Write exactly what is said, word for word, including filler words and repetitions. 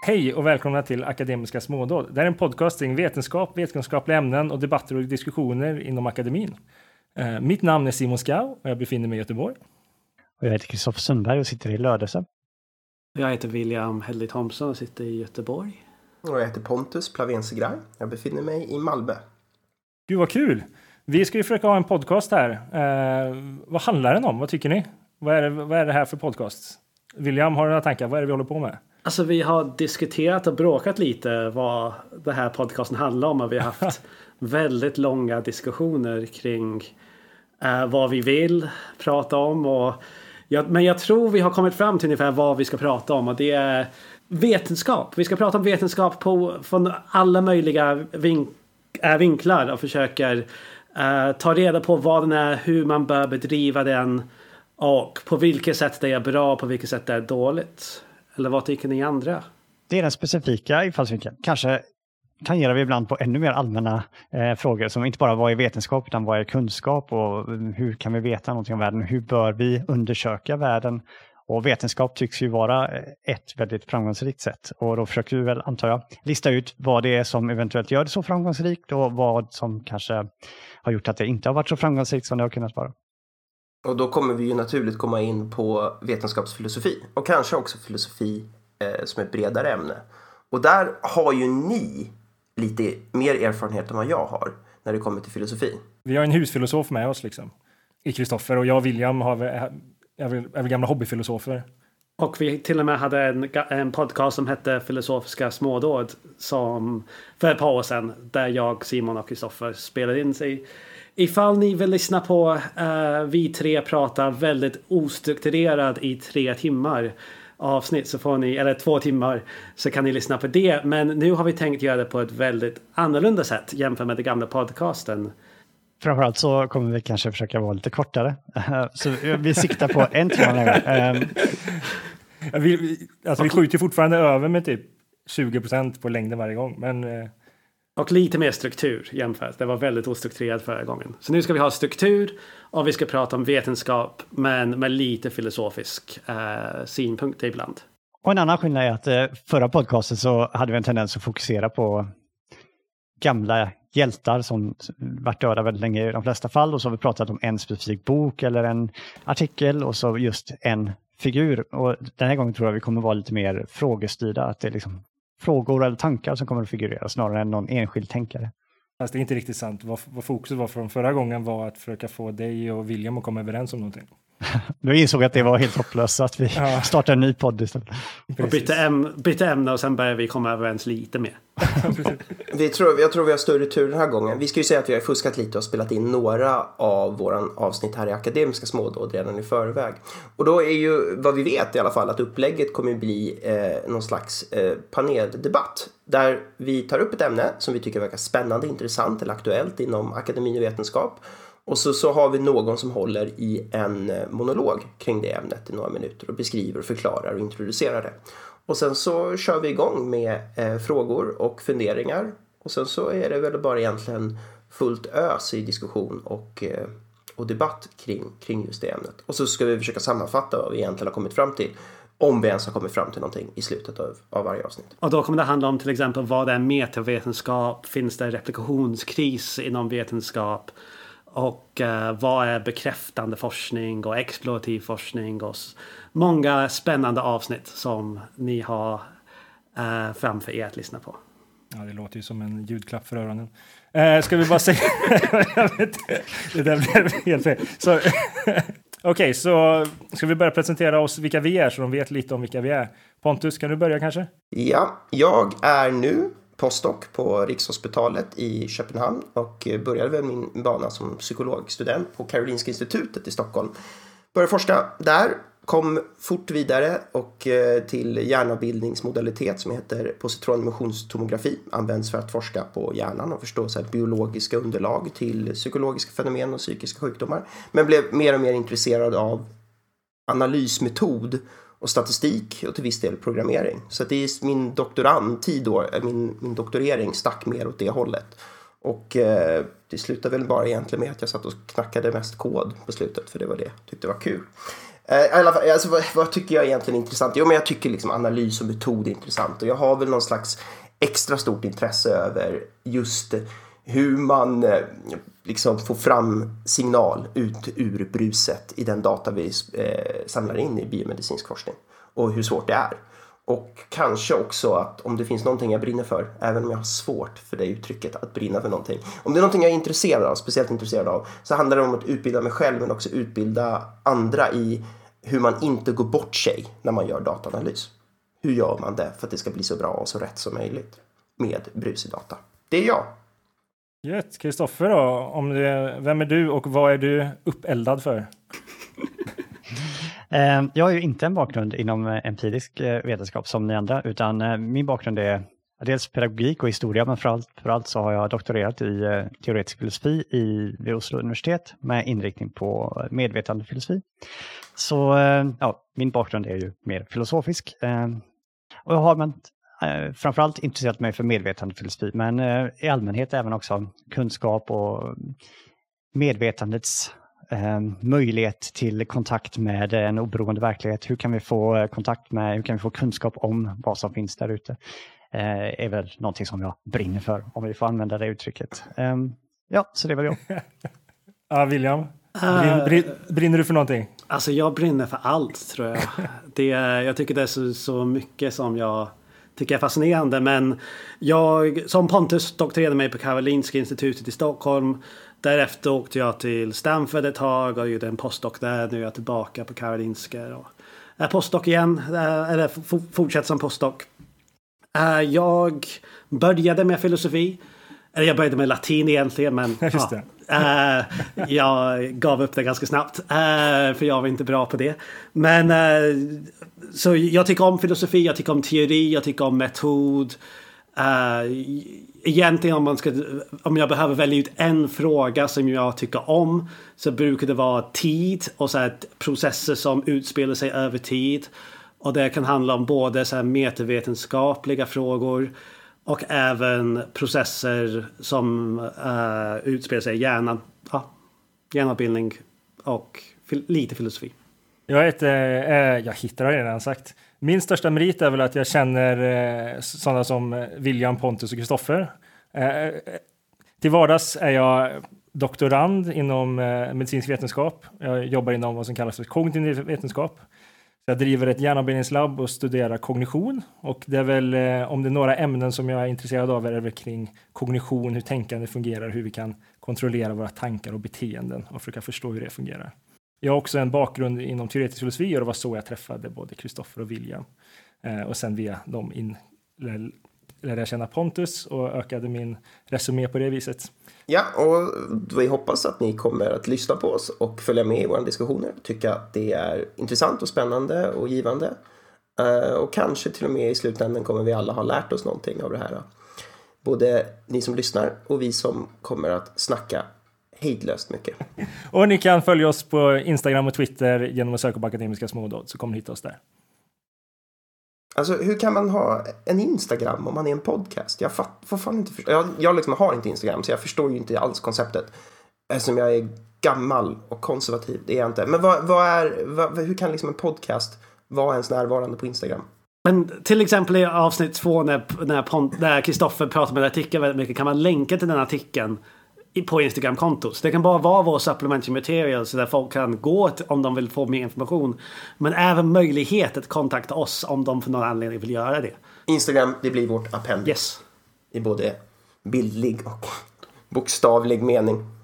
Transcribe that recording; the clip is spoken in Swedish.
Hej och välkomna till Akademiska smådåd. Det är en podcast kring vetenskap, vetenskapliga ämnen och debatter och diskussioner inom akademin. Eh, mitt namn är Simon Skau och jag befinner mig i Göteborg. Och jag heter Kristoffer Sundberg och sitter i Lödöse. Jag heter William Hedley Thompson och sitter i Göteborg. Och jag heter Pontus Plavensegraj. Jag befinner mig i Malmö. Gud vad kul! Vi ska ju försöka ha en podcast här. Eh, vad handlar den om? Vad tycker ni? Vad är det, vad är det här för podcast? William, har du några tankar? Vad är det vi håller på med? Alltså vi har diskuterat och bråkat lite vad det här podcasten handlar om. Och vi har haft väldigt långa diskussioner kring eh, vad vi vill prata om. Och jag, men jag tror vi har kommit fram till ungefär vad vi ska prata om. Och det är vetenskap. Vi ska prata om vetenskap på, från alla möjliga vink, äh, vinklar. Och försöker eh, ta reda på vad den är, hur man bör bedriva den. Och på vilket sätt det är bra, på vilket sätt det är dåligt. Eller vad tycker ni andra? Det är den specifika infallsvinkeln. Kanske tangerar vi ibland på ännu mer allmänna eh, frågor som inte bara vad är vetenskap utan vad är kunskap och hur kan vi veta någonting om världen? Hur bör vi undersöka världen? Och vetenskap tycks ju vara ett väldigt framgångsrikt sätt. Och då försöker vi väl, antar jag, lista ut vad det är som eventuellt gör det så framgångsrikt och vad som kanske har gjort att det inte har varit så framgångsrikt som det har kunnat vara. Och då kommer vi ju naturligt komma in på vetenskapsfilosofi. Och kanske också filosofi eh, som ett bredare ämne. Och där har ju ni lite mer erfarenhet än vad jag har när det kommer till filosofi. Vi har en husfilosof med oss liksom. I Kristoffer och jag och William har, är, väl, är väl gamla hobbyfilosofer. Och vi till och med hade en, en podcast som hette Filosofiska smådåd som för ett par år sedan. Där jag, Simon och Kristoffer spelade in sig. Ifall ni vill lyssna på uh, vi tre pratar väldigt ostrukturerad i tre timmar avsnitt så får ni, eller två timmar så kan ni lyssna på det. Men nu har vi tänkt göra det på ett väldigt annorlunda sätt jämfört med den gamla podcasten. Framförallt så kommer vi kanske försöka vara lite kortare. Så vi siktar på en timme. um. vi, vi, alltså vi skjuter fortfarande över med typ tjugo procent på längden varje gång. Men... Uh... Och lite mer struktur jämfört. Det var väldigt ostrukturerat förra gången. Så nu ska vi ha struktur och vi ska prata om vetenskap men med lite filosofisk eh, synpunkt ibland. Och en annan skillnad är att eh, förra podcasten så hade vi en tendens att fokusera på gamla hjältar som varit döda väldigt länge i de flesta fall. Och så har vi pratat om en specifik bok eller en artikel och så just en figur. Och den här gången tror jag vi kommer vara lite mer frågestyrda. Att det är liksom frågor eller tankar som kommer att figurera snarare än någon enskild tänkare. Fast det är inte riktigt sant. Vad, vad fokuset var från förra gången var att försöka få dig och William att komma överens om någonting. Du insåg att det var helt hopplöst så att vi ja. startade en ny podd istället. Och bytte, äm, bytte ämne och sen började vi komma överens lite mer. vi tror, jag tror vi har större tur den här gången. Vi ska ju säga att vi har fuskat lite och spelat in några av våran avsnitt här i Akademiska smådåd redan i förväg. Och då är ju vad vi vet i alla fall att upplägget kommer bli eh, någon slags eh, paneldebatt. Där vi tar upp ett ämne som vi tycker verkar spännande, intressant eller aktuellt inom akademi och vetenskap. Och så, så har vi någon som håller i en monolog kring det ämnet i några minuter och beskriver, förklarar och introducerar det. Och sen så kör vi igång med eh, frågor och funderingar. Och sen så är det väl bara egentligen fullt ös i diskussion och, eh, och debatt kring, kring just det ämnet. Och så ska vi försöka sammanfatta vad vi egentligen har kommit fram till. Om vi ens har kommit fram till någonting i slutet av, av varje avsnitt. Och då kommer det handla om till exempel vad är metavetenskap? Finns det replikationskris inom vetenskap? Och eh, vad är bekräftande forskning och explorativ forskning och många spännande avsnitt som ni har eh, framför er att lyssna på. Ja, det låter ju som en ljudklapp för öronen. Eh, ska vi bara säga... jag vet, det där blev helt fel. Så, Okej, okay, så ska vi börja presentera oss vilka vi är så de vet lite om vilka vi är. Pontus, kan du börja kanske? Ja, jag är nu postdoc på Rikshospitalet i Köpenhamn och började väl min bana som psykologstudent på Karolinska institutet i Stockholm. Började forska där, kom fort vidare och till hjärnavbildningsmodalitet som heter positronimmissionstomografi. Används för att forska på hjärnan och förstå så här biologiska underlag till psykologiska fenomen och psykiska sjukdomar. Men blev mer och mer intresserad av analysmetod och statistik och till viss del programmering. Så det är min doktorandtid då, min, min doktorering stack mer åt det hållet. Och eh, det slutade väl bara egentligen med att jag satt och knackade mest kod på slutet för det var det jag tyckte var kul. I alla fall, alltså, vad, vad tycker jag egentligen är intressant? Jo, men jag tycker liksom analys och metod är intressant. Och jag har väl någon slags extra stort intresse över just hur man liksom får fram signal ut ur bruset i den data vi eh, samlar in i biomedicinsk forskning. Och hur svårt det är. Och kanske också att om det finns någonting jag brinner för, även om jag har svårt för det uttrycket att brinna för någonting. Om det är någonting jag är intresserad av, speciellt intresserad av, så handlar det om att utbilda mig själv men också utbilda andra i hur man inte går bort sig när man gör dataanalys. Hur gör man det för att det ska bli så bra och så rätt som möjligt med brus i data? Det är jag. Gött. Kristoffer då, om det, vem är du och vad är du uppeldad för? Jag har ju inte en bakgrund inom empirisk vetenskap som ni andra, utan min bakgrund är dels pedagogik och historia, men framförallt så har jag doktorerat i teoretisk filosofi i vid Oslo universitet med inriktning på medvetandefilosofi. Så ja, min bakgrund är ju mer filosofisk. Och jag har man, framförallt intresserat mig för medvetandefilosofi, men i allmänhet även också kunskap och medvetandets Eh, möjlighet till kontakt med en oberoende verklighet. Hur kan vi få kontakt med, hur kan vi få kunskap om vad som finns där ute? Eh, är väl någonting som jag brinner för, om vi får använda det uttrycket. Eh, ja, så det var jag. Ja, William, brin, brin, brinner du för någonting? Alltså jag brinner för allt, tror jag. Det, jag tycker det är så, så mycket som jag tycker är fascinerande, men jag som Pontus doktorerade mig på Karolinska institutet i Stockholm. Därefter åkte jag till Stanford ett tag och gjorde en postdoc där. Nu är jag tillbaka på Karolinska och är postdoc igen, eller fortsätter som postdoc. Jag började med filosofi. Eller jag började med latin egentligen, men Just det. Ja, jag gav upp det ganska snabbt, för jag var inte bra på det. Men så jag tycker om filosofi, jag tycker om teori, jag tycker om metod. Egentligen om man ska, om jag behöver välja ut en fråga som jag tycker om, så brukar det vara tid och så här processer som utspelar sig över tid. Och det kan handla om både så här metavetenskapliga frågor och även processer som uh, utspelar sig i hjärnan. Ja, hjärnbildning och fil- lite filosofi. Jag heter, eh, jag hittar det redan sagt. Min största merit är väl att jag känner eh, sådana som William, Pontus och Kristoffer. Eh, till vardags är jag doktorand inom eh, medicinsk vetenskap. Jag jobbar inom vad som kallas för kognitiv vetenskap. Jag driver ett hjärnavbildningslabb och studerar kognition. Och det är väl, eh, om det är några ämnen som jag är intresserad av, är det väl kring kognition, hur tänkande fungerar, hur vi kan kontrollera våra tankar och beteenden och försöka förstå hur det fungerar. Jag har också en bakgrund inom teoretisk filosofi och det var så jag träffade både Kristoffer och William. Eh, och sen via dem in, lärde jag känna Pontus och ökade min resumé på det viset. Ja, och vi hoppas att ni kommer att lyssna på oss och följa med i våra diskussioner. Tycka att det är intressant och spännande och givande. Uh, och kanske till och med i slutändan kommer vi alla ha lärt oss någonting av det här. Både ni som lyssnar och vi som kommer att snacka hejdlöst mycket. Och ni kan följa oss på Instagram och Twitter genom att söka på Akademiska Smådåd, så kommer ni hitta oss där. Alltså, hur kan man ha en Instagram om man är en podcast? Jag fatt, får fan inte förstå. Jag, jag liksom har inte Instagram, så jag förstår ju inte alls konceptet. Eftersom jag är gammal och konservativ, det är jag inte. Men vad, vad är, vad, hur kan liksom en podcast vara ens närvarande på Instagram? Men till exempel i avsnitt två när, när, när Kristoffer pratar med artikeln väldigt mycket, kan man länka till den artikeln på Instagram-kontot. Så det kan bara vara vår supplementary material så där folk kan gå till, om de vill få mer information. Men även möjlighet att kontakta oss om de för någon anledning vill göra det. Instagram, det blir vårt appendix. Yes. I både bildlig och bokstavlig mening.